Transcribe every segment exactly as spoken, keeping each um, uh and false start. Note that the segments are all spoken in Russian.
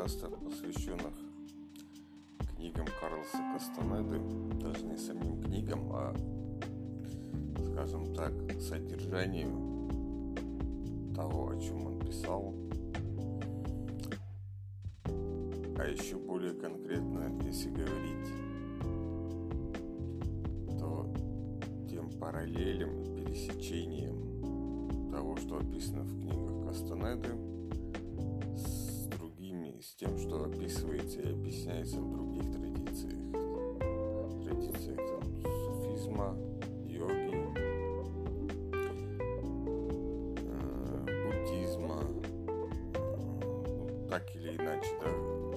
подкастов, посвященных книгам Карлоса Кастанеды, даже не самим книгам, а, скажем так, содержанию того, о чем он писал. А еще более конкретно, если говорить, то тем параллелям и пересечением того, что описано в книгах Кастанеды, с другими, с тем, что описывается и объясняется в других традициях. Традициях там, суфизма, йоги, э, буддизма, ну, так или иначе, да.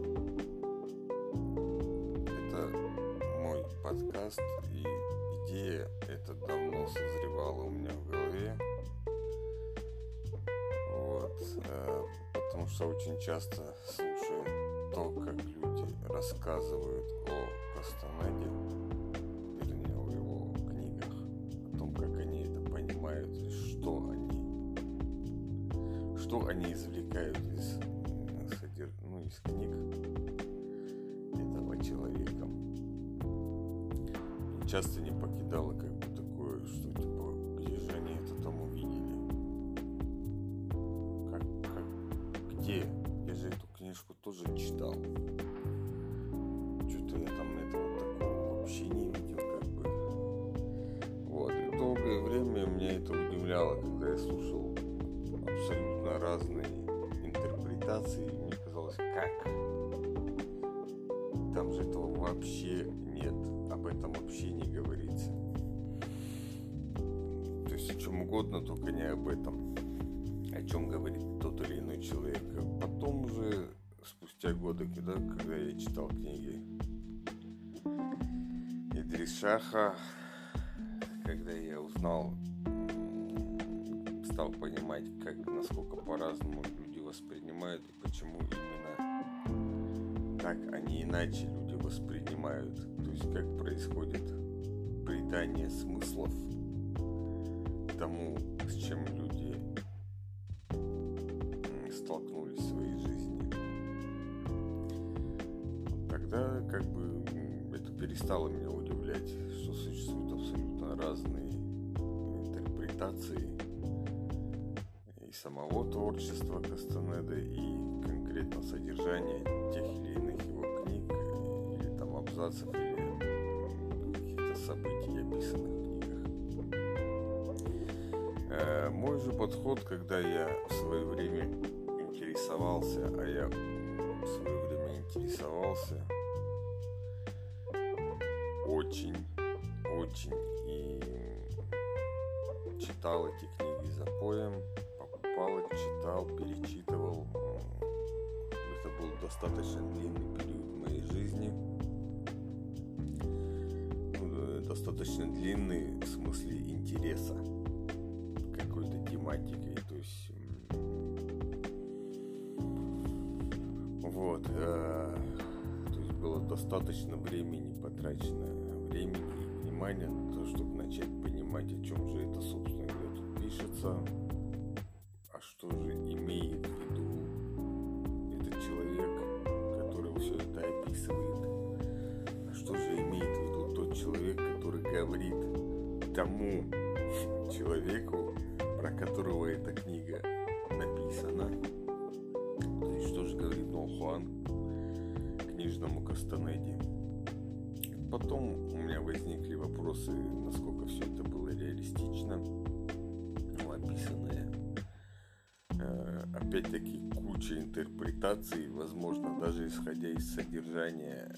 Это мой подкаст, и идея эта давно созревала у меня в голове. Вот, э, потому что очень часто слушаю то, как люди рассказывают о Кастанеде, вернее, о его книгах, о том, как они это понимают, и что они, что они извлекают из, содерж... ну, из книг этого человека. И часто не покидало как бы такое, что типа, где же они это там увидели? Как, как, где? Я же эту книжку тоже читал. Что-то я там этого такого вообще не видел, как бы. Вот. И долгое время меня это удивляло, когда я слушал абсолютно разные интерпретации. И мне казалось, как? Там же этого вообще нет. Об этом вообще не говорится. То есть о чем угодно, только не об этом. О чем говорит тот или иной человек. Потом уже, спустя годы, когда, когда я читал книги Идрис Шаха, когда я узнал, стал понимать, как, насколько по-разному люди воспринимают и почему именно так, а не иначе люди воспринимают. То есть как происходит придание смыслов тому, с чем люди столкнулись в своей жизни. Тогда как бы это перестало меня удивлять, что существуют абсолютно разные интерпретации и самого творчества Кастанеды, и конкретно содержания тех или иных его книг, или там абзацев, или каких-то событий, описанных в книгах. Э, мой же подход, когда я в свое время интересовался, а я в свое время интересовался очень, очень, и читал эти книги запоем, покупал их, читал, перечитывал. Это был достаточно длинный период в моей жизни, достаточно длинный в смысле интереса какой-то тематикой, то есть вот, э, то есть было достаточно времени потрачено, времени и внимания на то, чтобы начать понимать, о чем же это, собственно говоря, тут пишется, а что же имеет в виду этот человек, который все это описывает, а что же имеет в виду тот человек, который говорит тому человеку, про которого эта книга написана. То есть, что же говорит Дон Хуан книжному Кастанеде. Потом у меня возникли вопросы, насколько все это было реалистично, ну, описанное. Э, опять-таки куча интерпретаций, возможно, даже исходя из содержания,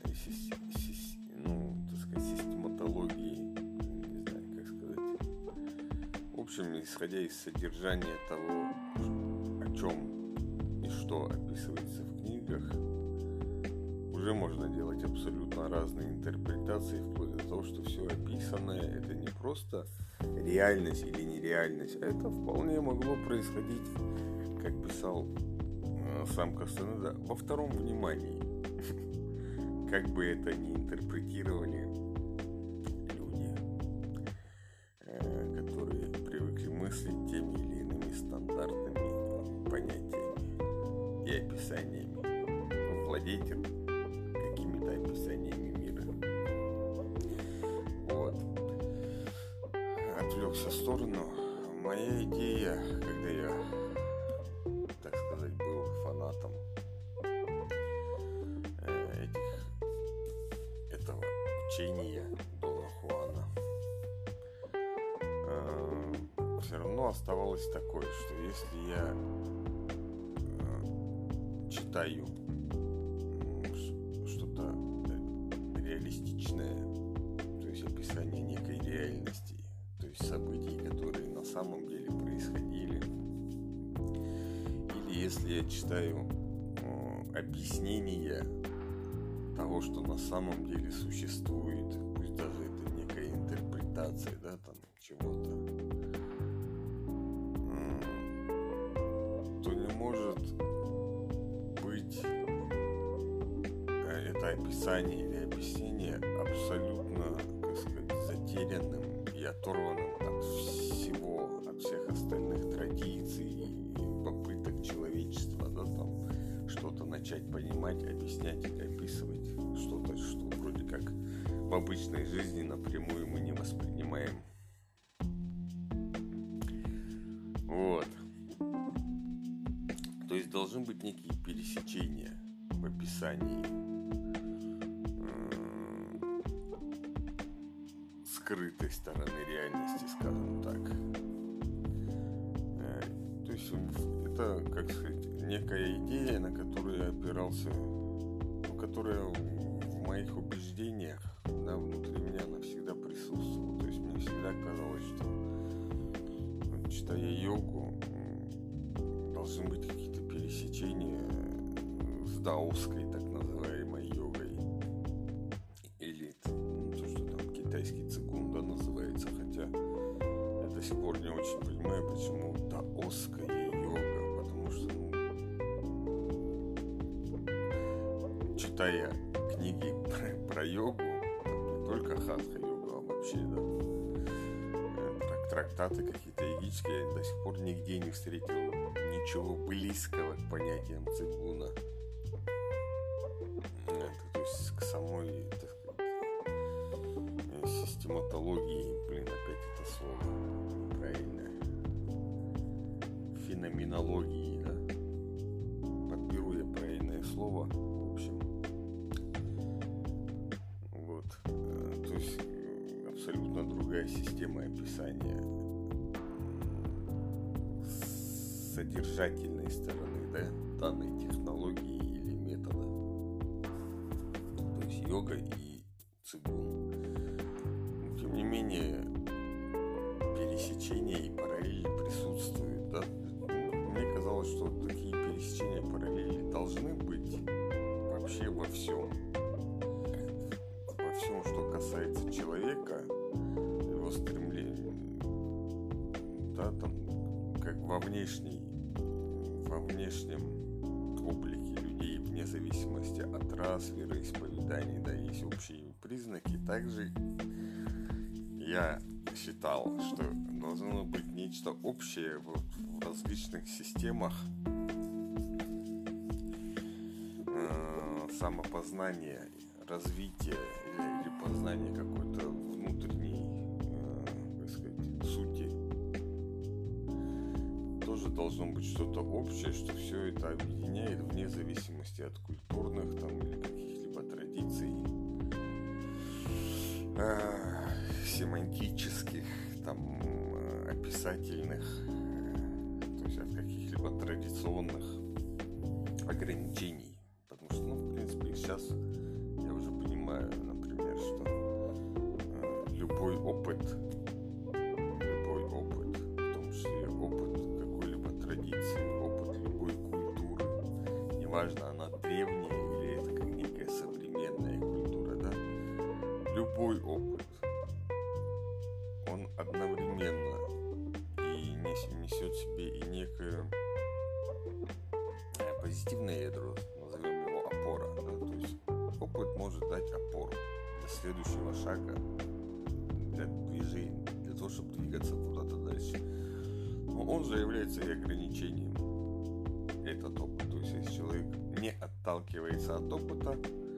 ну, так сказать, систематологии, не знаю, как сказать. В общем, исходя из содержания того, о чем и что описывается в книгах, уже можно делать абсолютно разные интерпретации, вплоть до того, что все описанное — это не просто реальность или нереальность, а это вполне могло происходить, как писал э, сам Кастанеда, во втором внимании. Как бы это ни интерпретировали люди, э, которые привыкли мыслить теми или иными стандартными понятиями и описаниями. ветер какими-то описаниями мира. Вот. Отвлекся в сторону. Моя идея, когда я, так сказать, был фанатом э, этих, этого учения Дона Хуана, э, все равно оставалось такое, что если я э, читаю что-то реалистичное, то есть описание некой реальности, то есть событий, которые на самом деле происходили, или если я читаю э, объяснения того, что на самом деле существует, пусть даже это некая интерпретация, да, там чего-то, э, то не может быть э, это описание или объяснение абсолютно, так сказать, затерянным и оторванным от всего, от всех остальных традиций и попыток человечества, да, там что-то начать понимать, объяснять или описывать, что-то, что вроде как в обычной жизни напрямую мы не воспринимаем. Вот. То есть должны быть некие пересечения в описании скрытой стороны реальности, скажем так. То есть это, как сказать, некая идея, на которую я опирался, ну, которая в моих убеждениях, да, внутри меня она всегда присутствовала. То есть мне всегда казалось, что, читая йогу, должны быть какие-то пересечения с даосской, так называемой йогой. Или ну, то, что там китайский цигун, да, называется. Хотя я до сих пор не очень понимаю, почему даосская йога. Потому что, ну, читая книги про, про йогу, не только хатха-йогу, а вообще, да, трактаты какие-то йогические, я до сих пор нигде не встретил ничего близкого к понятиям цигуна. Это, то есть к самой, так сказать, систематологии, блин, опять это слово правильное, феноменологии, да, подберу я правильное слово, в общем, вот, то есть абсолютно другая система описания с содержательной стороны, да, данной технологии или метода, то есть йога и цигун. Но, тем не менее, пересечения и параллели присутствуют, да. Мне казалось, что такие пересечения и параллели должны быть вообще во всем. Во всем, что касается человека, его стремлений, да, там, как во внешней, во внешнем облике людей, вне зависимости от рас, вероисповеданий, да, есть общие признаки. Также я считал, что должно быть нечто общее вот в различных системах э, самопознания, развития или, или познания какой-то внутренней, э, так сказать, сути. Тоже должно быть что-то общее, что все это объединяет вне зависимости от культурных там или каких-либо традиций, э, семантических, там, э, описательных, э, то есть от каких-либо традиционных ограничений. Потому что, ну, в принципе, сейчас я уже понимаю, например, что э, любой опыт, любой опыт, в том числе опыт какой-либо традиции, опыт любой культуры, неважно, она древняя или это как некая современная культура, да, любой опыт, он одновременно и несет в себе и некое позитивное ядро, назовем его опора, да? То есть опыт может дать опору для следующего шага, для движения, для того, чтобы двигаться куда-то дальше. Но он же является и ограничением, этот опыт. То есть если человек не отталкивается от опыта,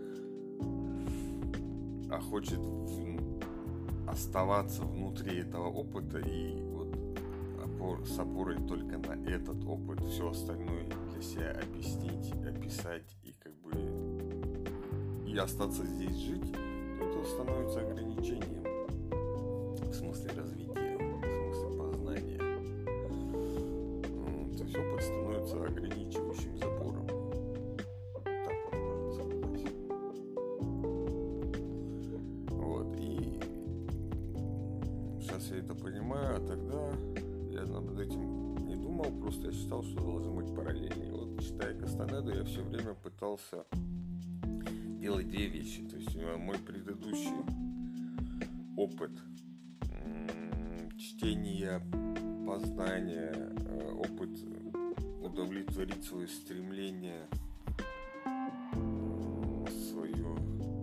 а хочет оставаться внутри этого опыта и вот опор, с опорой только на этот опыт все остальное для себя объяснить, описать и как бы и остаться здесь жить, то это становится ограничением в смысле развития, в смысле познания. То есть опыт становится ограничивающим забором. Так вот можно сказать. Вот. И сейчас я это понимаю, а тогда я над этим не думал, просто я считал, что должны быть параллельные. Вот, читая Кастанеду, я все время пытался делать две вещи. То есть мой предыдущий опыт чтения, познания, опыт удовлетворить свое стремление, свое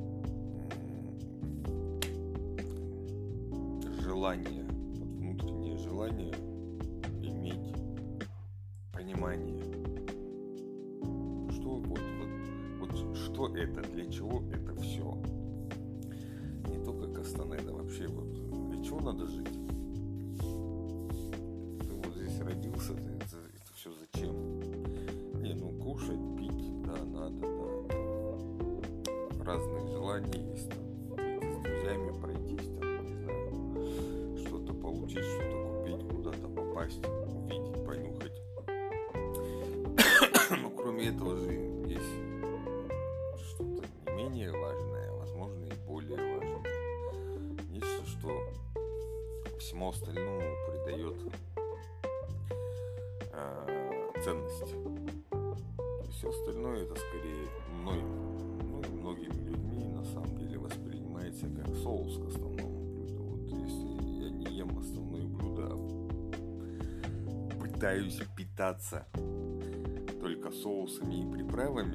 желание, вот внутреннее желание иметь понимание, что вот, вот, вот что это, для чего это все. Не только Кастанеда, вообще вот для чего надо жить. Ты вот здесь родился, ты, это, это все зачем? Не, ну кушать, пить, да, надо, да. Разные желания есть, там, выйти с друзьями, пройтись, там, не знаю, что-то получить, что-то купить, куда-то попасть, увидеть, понюхать. Но кроме этого же есть что-то не менее важное, возможно, и более важное. Нечто, что всему остальному придает э, ценность. То есть все остальное это скорее мной, ну, многими людьми на самом деле воспринимается как соус к основному блюду. Вот если я не ем основное блюдо, а пытаюсь питаться только соусами и приправами,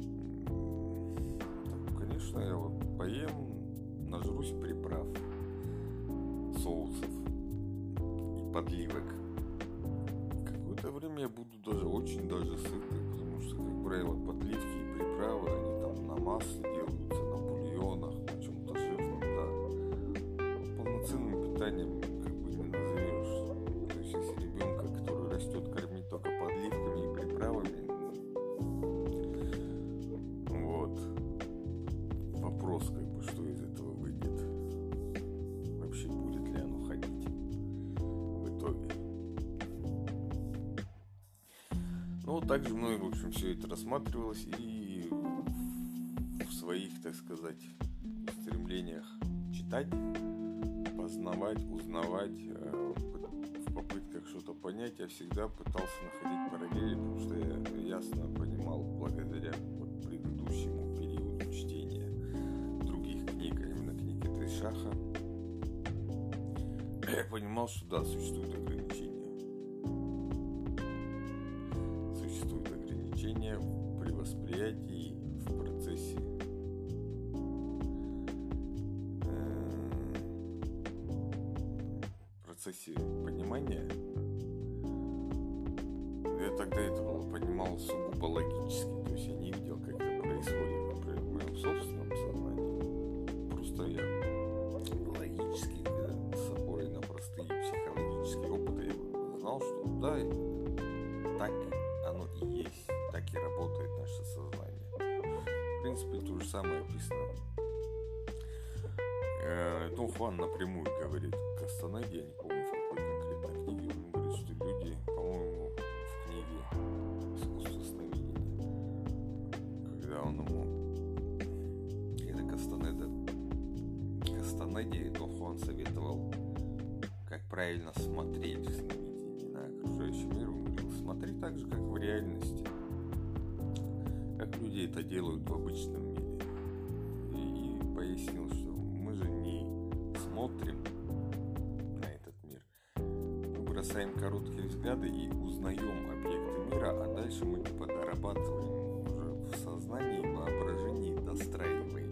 то, конечно, я вот поем, нажрусь приправ, соусов и подливок. Какое-то время я буду даже очень даже сытый, потому что, как правило, подливки и приправы, они там на масле делаются, на бульонах, на чем-то жирном, да. Полноценным питанием как бы не назовешь. То есть, если ребенка, который растет, кормить только подливками и приправами, вот, вопрос, как бы, что из этого выйдет. Вообще, будет ли оно ходить в итоге. Ну, вот так же мной, в общем, все это рассматривалось и в своих, так сказать, стремлениях читать, познавать, узнавать, в попытках что-то понять, я всегда пытался находить параллели, потому что я ясно понимал, благодаря вот предыдущему периоду чтения других книг, а именно книг Эдрис-Шаха, я понимал, что да, существуют ограничения. Существуют ограничения при восприятии, в процессе в процессе понимания. Я тогда это было, понимал сугубо логически, то есть я не видел, как это происходит, например, в моем собственном сознании. Просто я логически, с опорой на простые психологические опыты, я знал, что да, так оно и есть, так и работает наше сознание. В принципе, то же самое описано. Дон Хуан напрямую говорит к Кастанеде, я не помню, в какой конкретной книге, он говорит, что люди, по-моему, в книге «Искусство сновидения», когда он ему, это Кастанеда, Кастанеде Дон Хуан советовал, как правильно смотреть в сновидении на окружающий мир, он говорил, смотри так же, как в реальности, как люди это делают в обычном мире. И, и пояснил, что мы же не смотрим на этот мир, мы бросаем короткие взгляды и узнаем объекты мира, а дальше мы типа дорабатываем уже в сознании, в воображении, достраиваем.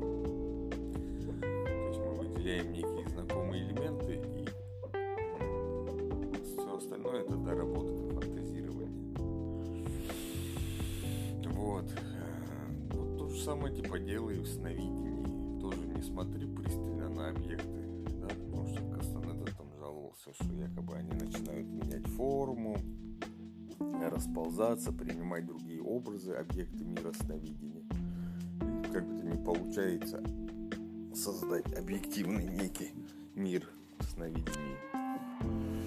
То есть мы выделяем некие знакомые элементы, и все остальное это доработка, фантазирование. Вот. самое типа делай в сновидении. Тоже не смотри пристально на объекты, да, потому что Кастанеда там жаловался, что якобы они начинают менять форму, расползаться, принимать другие образы, объекты мира сновидения. И как-то не получается создать объективный некий мир сновидений.